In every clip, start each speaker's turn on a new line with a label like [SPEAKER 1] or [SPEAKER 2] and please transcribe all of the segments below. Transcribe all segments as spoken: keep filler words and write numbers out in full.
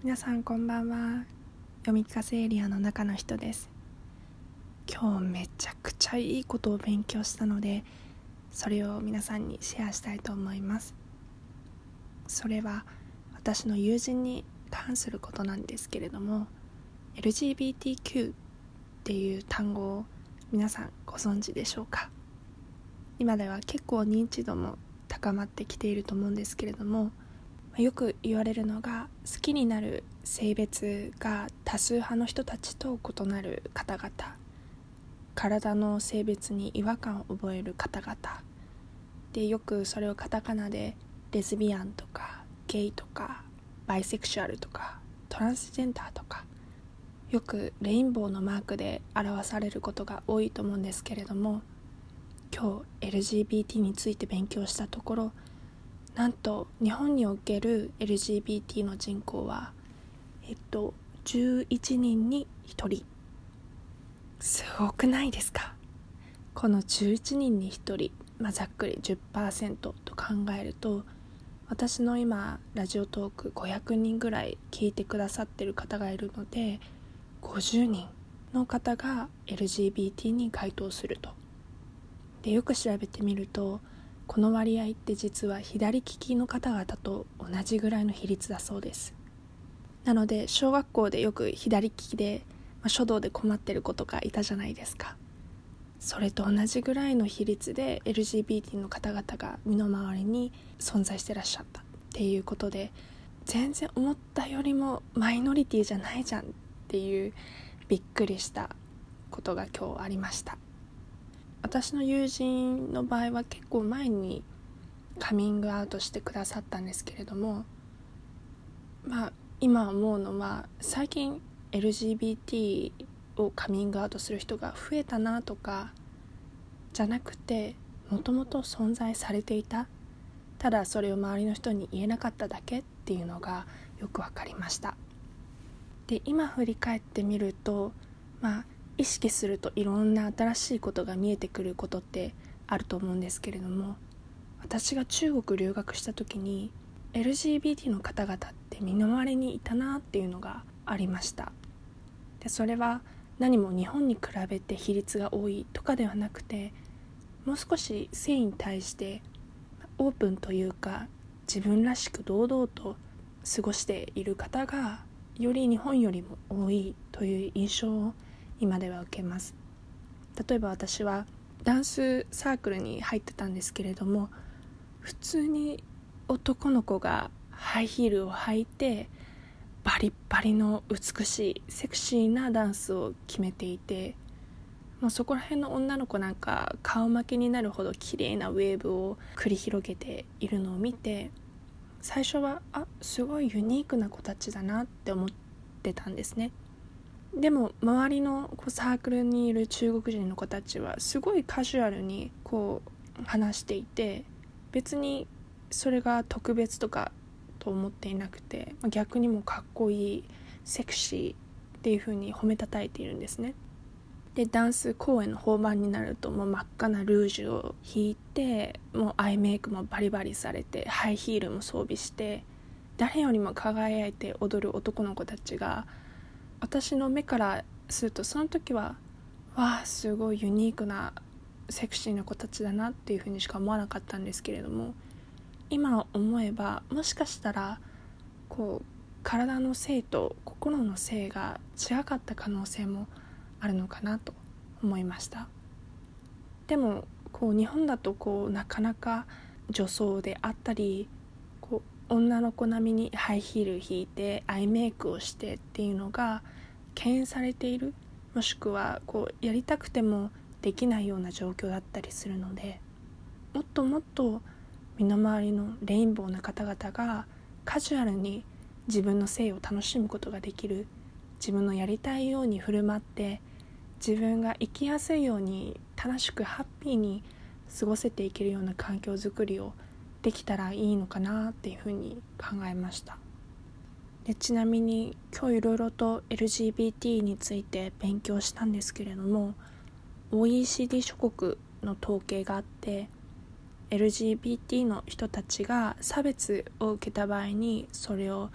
[SPEAKER 1] 皆さんこんばんは。読み聞かせエリアの中の人です。今日めちゃくちゃいいことを勉強したので、それを皆さんにシェアしたいと思います。それは私の友人に関することなんですけれども、 エルジービーティーキュー っていう単語を皆さんご存知でしょうか。今では結構認知度も高まってきていると思うんですけれども、よく言われるのが、好きになる性別が多数派の人たちと異なる方々、体の性別に違和感を覚える方々で、よくそれをカタカナでレズビアンとかゲイとかバイセクシュアルとかトランスジェンダーとか、よくレインボーのマークで表されることが多いと思うんですけれども、今日 エルジービーティー について勉強したところ、なんと日本における エルジービーティー の人口はえっとじゅういちにんにひとり。すごくないですか？このじゅういちにんにひとり、まあ、ざっくり じゅっパーセント と考えると、私の今ラジオトークごひゃくにんぐらい聞いてくださってる方がいるので、ごじゅうにんの方が エルジービーティー に該当すると。で、よく調べてみると、この割合って実は左利きの方々と同じぐらいの比率だそうです。なので小学校でよく左利きで、まあ、書道で困ってる子とかいたじゃないですか。それと同じぐらいの比率で エルジービーティー の方々が身の回りに存在してらっしゃったっていうことで、全然思ったよりもマイノリティじゃないじゃんっていうびっくりしたことが今日ありました。私の友人の場合は結構前にカミングアウトしてくださったんですけれども、まあ今思うのは、最近 エルジービーティー をカミングアウトする人が増えたなとかじゃなくて、もともと存在されていた、ただそれを周りの人に言えなかっただけっていうのがよくわかりました。で、今振り返ってみると、まあ意識するといろんな新しいことが見えてくることってあると思うんですけれども、私が中国留学した時に エルジービーティー の方々って身の回りにいたなっていうのがありました。で、それは何も日本に比べて比率が多いとかではなくて、もう少し性に対してオープンというか、自分らしく堂々と過ごしている方がより日本よりも多いという印象を今では受けます。例えば私はダンスサークルに入ってたんですけれども、普通に男の子がハイヒールを履いてバリッバリの美しいセクシーなダンスを決めていて、もうそこら辺の女の子なんか顔負けになるほど綺麗なウェーブを繰り広げているのを見て、最初はあすごいユニークな子たちだなって思ってたんですね。でも周りのこうサークルにいる中国人の子たちはすごいカジュアルにこう話していて、別にそれが特別とかと思っていなくて、逆にもかっこいいセクシーっていう風に褒めたたえているんですね。で、ダンス公演の本番になるともう真っ赤なルージュを引いて、もうアイメイクもバリバリされて、ハイヒールも装備して、誰よりも輝いて踊る男の子たちが、私の目からするとその時はわあすごいユニークなセクシーな子たちだなっていうふうにしか思わなかったんですけれども、今思えばもしかしたらこう体の性と心の性が違かった可能性もあるのかなと思いました。でもこう日本だとこうなかなか女装であったり、こう女の子並みにハイヒール引いてアイメイクをしてっていうのが敬遠されている、もしくはこうやりたくてもできないような状況だったりするので、もっともっと身の回りのレインボーな方々がカジュアルに自分の性を楽しむことができる、自分のやりたいように振る舞って自分が生きやすいように楽しくハッピーに過ごせていけるような環境づくりをできたらいいのかなっていうふうに考えました。で、ちなみに今日いろいろと エルジービーティー について勉強したんですけれども、 オーイーシーディー 諸国の統計があって、 エルジービーティー の人たちが差別を受けた場合にそれをプ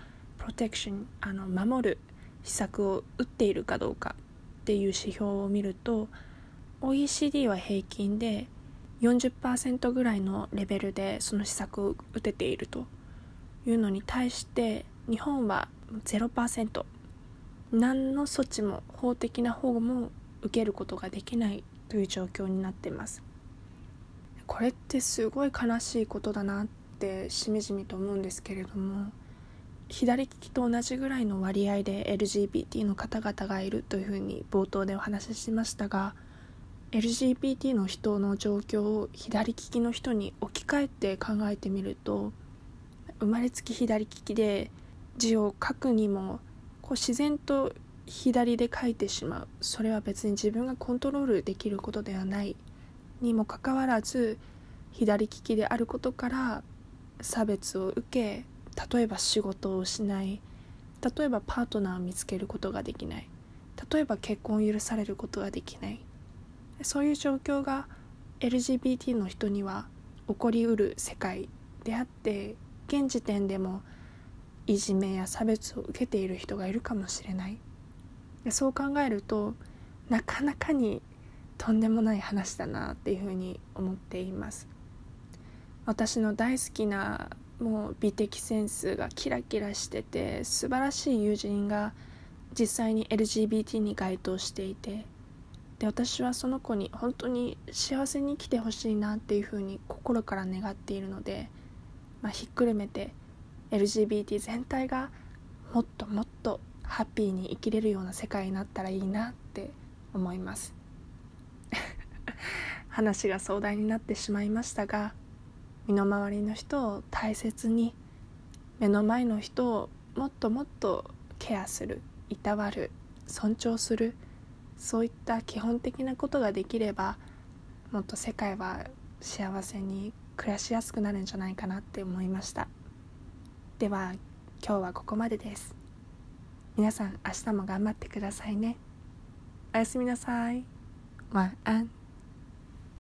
[SPEAKER 1] ロテクション、あの守る施策を打っているかどうかっていう指標を見ると オーイーシーディー は平均で よんじゅっパーセント ぐらいのレベルでその施策を打てているというのに対して、日本は ゼロパーセント、 何の措置も法的な保護も受けることができないという状況になっています。これってすごい悲しいことだなってしみじみと思うんですけれども、左利きと同じぐらいの割合で エルジービーティー の方々がいるというふうに冒頭でお話ししましたが、 エルジービーティー の人の状況を左利きの人に置き換えて考えてみると、生まれつき左利きで字を書くにもこう自然と左で書いてしまう、それは別に自分がコントロールできることではないにもかかわらず、左利きであることから差別を受け、例えば仕事を失い、例えばパートナーを見つけることができない、例えば結婚を許されることができない、そういう状況が エルジービーティー の人には起こりうる世界であって、現時点でもいじめや差別を受けている人がいるかもしれない。そう考えるとなかなかにとんでもない話だなっていうふうに思っています。私の大好きなもう美的センスがキラキラしてて素晴らしい友人が実際に エルジービーティー に該当していて、で私はその子に本当に幸せに生きてほしいなっていうふうに心から願っているので、まあ、ひっくるめて エルジービーティー 全体がもっともっとハッピーに生きれるような世界になったらいいなって思います話が壮大になってしまいましたが、身の回りの人を大切に、目の前の人をもっともっとケアする、いたわる、尊重する、そういった基本的なことができれば、もっと世界は幸せに暮らしやすくなるんじゃないかなって思いました。では今日はここまでです。皆さん明日も頑張ってくださいね。おやすみなさい。晚安。